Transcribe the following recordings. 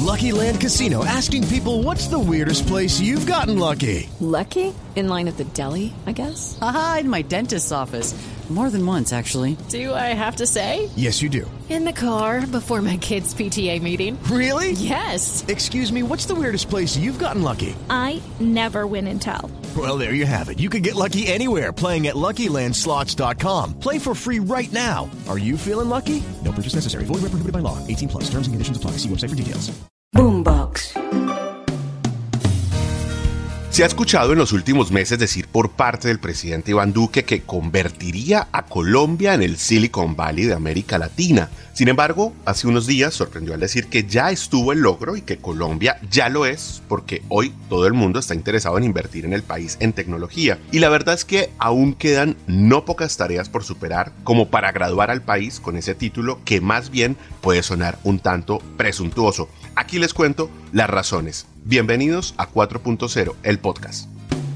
Lucky Land Casino, asking people, what's the weirdest place you've gotten lucky? Lucky? In line at the deli, I guess? Aha, in my dentist's office. More than once, actually. Do I have to say? Yes, you do. In the car before my kids' PTA meeting. Really? Yes. Excuse me, what's the weirdest place you've gotten lucky? I never win and tell. Well, there you have it. You can get lucky anywhere, playing at LuckyLandSlots.com. Play for free right now. Are you feeling lucky? No purchase necessary. Void where prohibited by law. 18 plus. Terms and conditions apply. See website for details. Boombox. Se ha escuchado en los últimos meses decir por parte del presidente Iván Duque que convertiría a Colombia en el Silicon Valley de América Latina. Sin embargo, hace unos días sorprendió al decir que ya estuvo el logro y que Colombia ya lo es, porque hoy todo el mundo está interesado en invertir en el país en tecnología. Y la verdad es que aún quedan no pocas tareas por superar como para graduar al país con ese título que más bien puede sonar un tanto presuntuoso. Aquí les cuento las razones. Bienvenidos a 4.0, el podcast.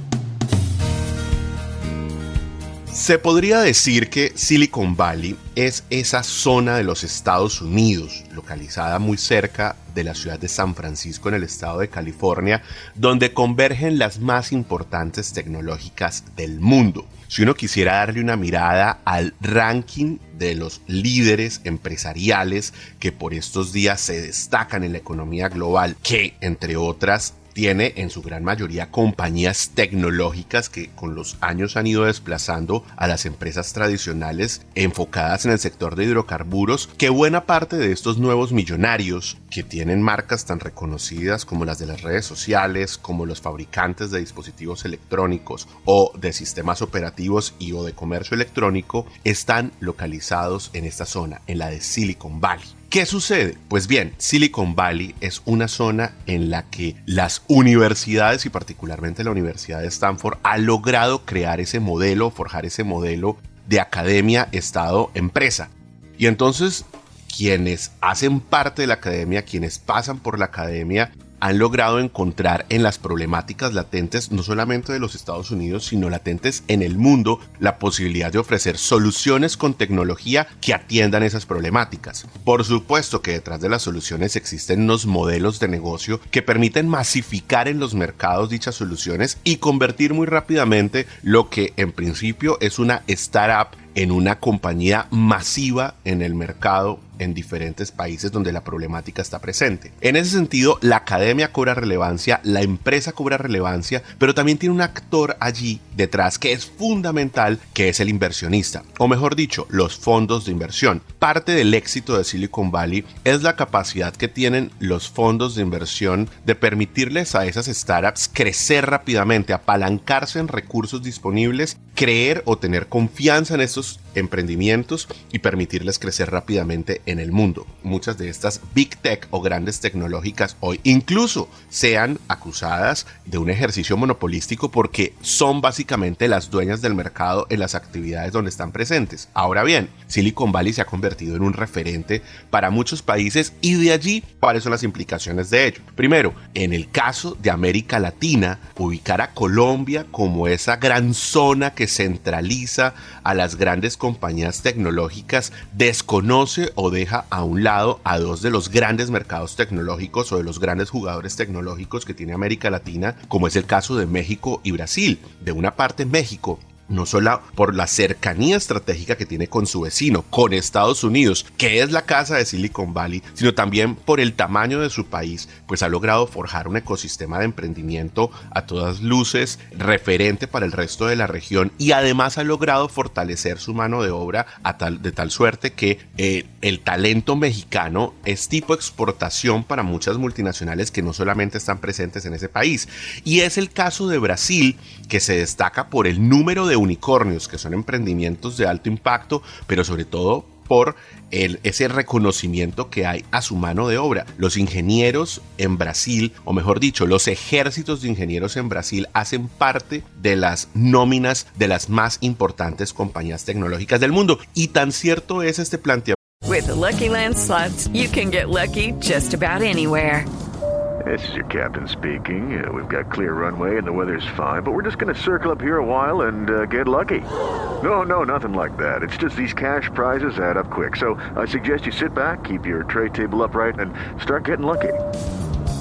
Se podría decir que Silicon Valley es esa zona de los Estados Unidos, localizada muy cerca de la ciudad de San Francisco en el estado de California, donde convergen las más importantes tecnológicas del mundo. Si uno quisiera darle una mirada al ranking de los líderes empresariales que por estos días se destacan en la economía global, que entre otras tiene en su gran mayoría compañías tecnológicas que con los años han ido desplazando a las empresas tradicionales enfocadas en el sector de hidrocarburos, que buena parte de estos nuevos millonarios que tienen marcas tan reconocidas como las de las redes sociales, como los fabricantes de dispositivos electrónicos o de sistemas operativos y o de comercio electrónico, están localizados en esta zona, en la de Silicon Valley. ¿Qué sucede? Pues bien, Silicon Valley es una zona en la que las universidades y particularmente la Universidad de Stanford ha logrado crear ese modelo, forjar ese modelo de academia, estado, empresa. Y entonces quienes hacen parte de la academia, quienes pasan por la academia, han logrado encontrar en las problemáticas latentes, no solamente de los Estados Unidos, sino latentes en el mundo, la posibilidad de ofrecer soluciones con tecnología que atiendan esas problemáticas. Por supuesto que detrás de las soluciones existen unos modelos de negocio que permiten masificar en los mercados dichas soluciones y convertir muy rápidamente lo que en principio es una startup en una compañía masiva en el mercado en diferentes países donde la problemática está presente. En ese sentido, la academia cobra relevancia, la empresa cobra relevancia, pero también tiene un actor allí detrás que es fundamental, que es el inversionista, o mejor dicho, los fondos de inversión. Parte del éxito de Silicon Valley es la capacidad que tienen los fondos de inversión de permitirles a esas startups crecer rápidamente, apalancarse en recursos disponibles, creer o tener confianza en estos emprendimientos y permitirles crecer rápidamente en el mundo. Muchas de estas big tech o grandes tecnológicas hoy incluso sean acusadas de un ejercicio monopolístico porque son básicamente las dueñas del mercado en las actividades donde están presentes. Ahora bien, Silicon Valley se ha convertido en un referente para muchos países y de allí, ¿cuáles son las implicaciones de ello? Primero, en el caso de América Latina, ubicar a Colombia como esa gran zona que centraliza a las grandes compañías tecnológicas desconoce o deja a un lado a dos de los grandes mercados tecnológicos o de los grandes jugadores tecnológicos que tiene América Latina, como es el caso de México y Brasil. De una parte, México, no solo por la cercanía estratégica que tiene con su vecino, con Estados Unidos, que es la casa de Silicon Valley, sino también por el tamaño de su país, pues ha logrado forjar un ecosistema de emprendimiento a todas luces referente para el resto de la región y además ha logrado fortalecer su mano de obra de tal suerte que el talento mexicano es tipo exportación para muchas multinacionales que no solamente están presentes en ese país. Y es el caso de Brasil, que se destaca por el número de unicornios, que son emprendimientos de alto impacto, pero sobre todo por ese reconocimiento que hay a su mano de obra. Los ingenieros en Brasil, o mejor dicho, los ejércitos de ingenieros en Brasil hacen parte de las nóminas de las más importantes compañías tecnológicas del mundo. Y tan cierto es este planteamiento. With the Lucky Land Slots, you can get lucky just about anywhere. This is your captain speaking. We've got clear runway and the weather's fine, but we're just going to circle up here a while and get lucky. No, nothing like that. It's just these cash prizes add up quick. So I suggest you sit back, keep your tray table upright, and start getting lucky.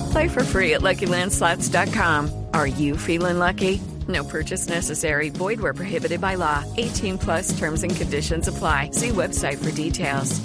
Play for free at LuckyLandSlots.com. Are you feeling lucky? No purchase necessary. Void where prohibited by law. 18 plus terms and conditions apply. See website for details.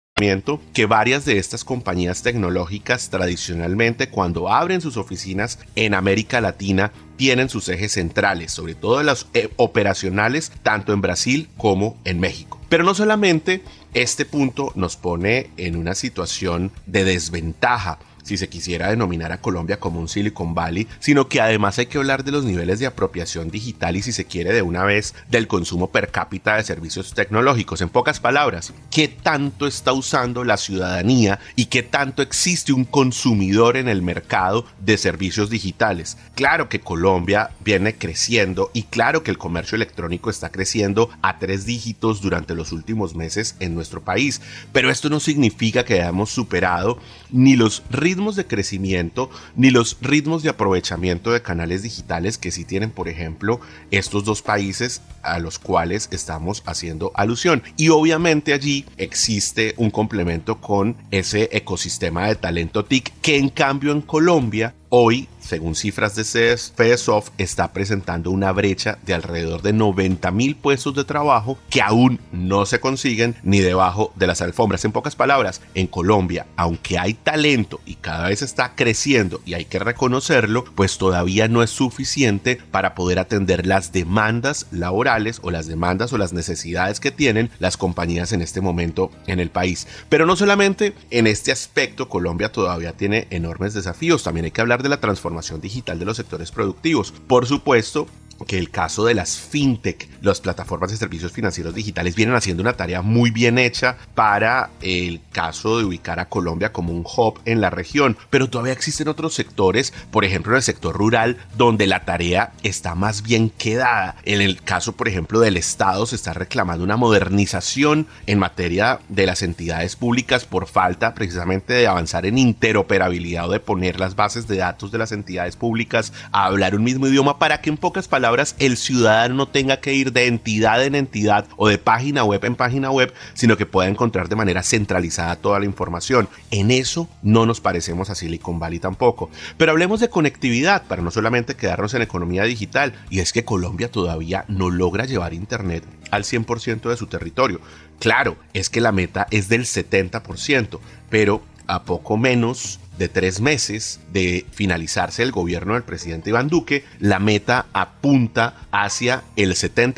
Que varias de estas compañías tecnológicas tradicionalmente cuando abren sus oficinas en América Latina tienen sus ejes centrales, sobre todo las operacionales, tanto en Brasil como en México. Pero no solamente este punto nos pone en una situación de desventaja si se quisiera denominar a Colombia como un Silicon Valley, sino que además hay que hablar de los niveles de apropiación digital y, si se quiere de una vez, del consumo per cápita de servicios tecnológicos. En pocas palabras, ¿qué tanto está usando la ciudadanía y qué tanto existe un consumidor en el mercado de servicios digitales? Claro que Colombia viene creciendo y claro que el comercio electrónico está creciendo a 3 dígitos durante los últimos meses en nuestro país, pero esto no significa que hayamos superado ni los ritmos de crecimiento ni los ritmos de aprovechamiento de canales digitales que sí tienen, por ejemplo, estos dos países a los cuales estamos haciendo alusión. Y obviamente allí existe un complemento con ese ecosistema de talento TIC que en cambio en Colombia hoy, según cifras de FedeSoft, está presentando una brecha de alrededor de 90,000 puestos de trabajo que aún no se consiguen ni debajo de las alfombras. En pocas palabras, en Colombia, aunque hay talento y cada vez está creciendo y hay que reconocerlo, pues todavía no es suficiente para poder atender las demandas laborales o las demandas o las necesidades que tienen las compañías en este momento en el país. Pero no solamente en este aspecto Colombia todavía tiene enormes desafíos, también hay que hablar de la transformación digital de los sectores productivos. Por supuesto que el caso de las fintech, las plataformas de servicios financieros digitales, vienen haciendo una tarea muy bien hecha para el caso de ubicar a Colombia como un hub en la región, pero todavía existen otros sectores, por ejemplo en el sector rural, donde la tarea está más bien quedada. En el caso, por ejemplo, del Estado, se está reclamando una modernización en materia de las entidades públicas por falta precisamente de avanzar en interoperabilidad o de poner las bases de datos de las entidades públicas a hablar un mismo idioma para que, en pocas palabras, el ciudadano no tenga que ir de entidad en entidad o de página web en página web, sino que pueda encontrar de manera centralizada toda la información. En eso no nos parecemos a Silicon Valley tampoco. Pero hablemos de conectividad para no solamente quedarnos en economía digital, y es que Colombia todavía no logra llevar internet al 100% de su territorio. Claro, es que la meta es del 70%, pero a poco menos de 3 meses de finalizarse el gobierno del presidente Iván Duque, la meta apunta hacia el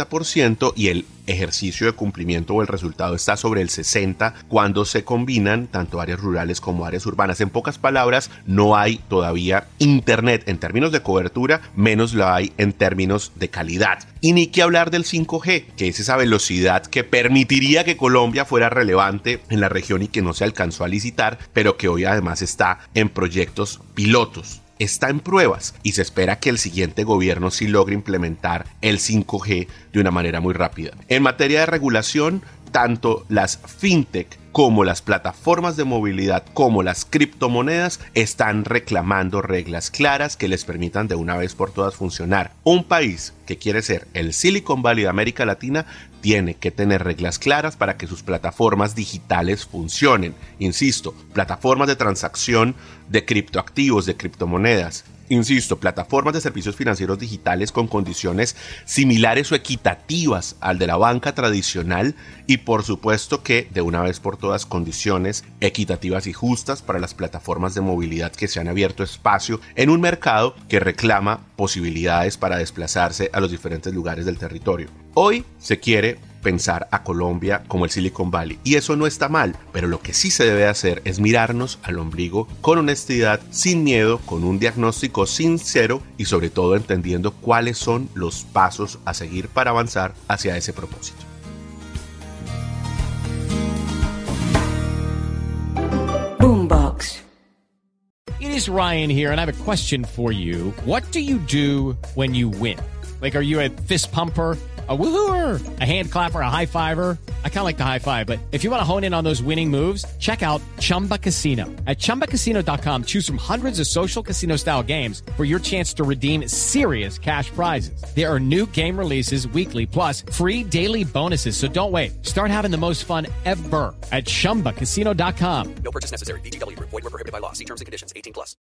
70% y el ejercicio de cumplimiento o el resultado está sobre el 60% cuando se combinan tanto áreas rurales como áreas urbanas. En pocas palabras, no hay todavía internet en términos de cobertura, menos lo hay en términos de calidad. Y ni que hablar del 5G, que es esa velocidad que permitiría que Colombia fuera relevante en la región y que no se alcanzó a licitar, pero que hoy además está en proyectos pilotos. Está en pruebas y se espera que el siguiente gobierno sí logre implementar el 5G de una manera muy rápida. En materia de regulación, tanto las fintech como las plataformas de movilidad como las criptomonedas están reclamando reglas claras que les permitan de una vez por todas funcionar. Un país que quiere ser el Silicon Valley de América Latina tiene que tener reglas claras para que sus plataformas digitales funcionen. Insisto, plataformas de transacción de criptoactivos, de criptomonedas. Insisto, plataformas de servicios financieros digitales con condiciones similares o equitativas al de la banca tradicional y por supuesto que de una vez por todas condiciones equitativas y justas para las plataformas de movilidad que se han abierto espacio en un mercado que reclama posibilidades para desplazarse a los diferentes lugares del territorio. Hoy se quiere pensar a Colombia como el Silicon Valley y eso no está mal, pero lo que sí se debe hacer es mirarnos al ombligo con honestidad, sin miedo, con un diagnóstico sincero y sobre todo entendiendo cuáles son los pasos a seguir para avanzar hacia ese propósito. Boombox. It is Ryan here, and I have a question for you. What do you do when you win? Like, are you a fist pumper, a woohooer, a hand clapper, a high fiver? I kind of like the high five, but if you want to hone in on those winning moves, check out Chumba Casino. At ChumbaCasino.com, choose from hundreds of social casino style games for your chance to redeem serious cash prizes. There are new game releases weekly, plus free daily bonuses. So don't wait. Start having the most fun ever at ChumbaCasino.com. No purchase necessary. VGW Group. Void where prohibited by law. See terms and conditions. 18+.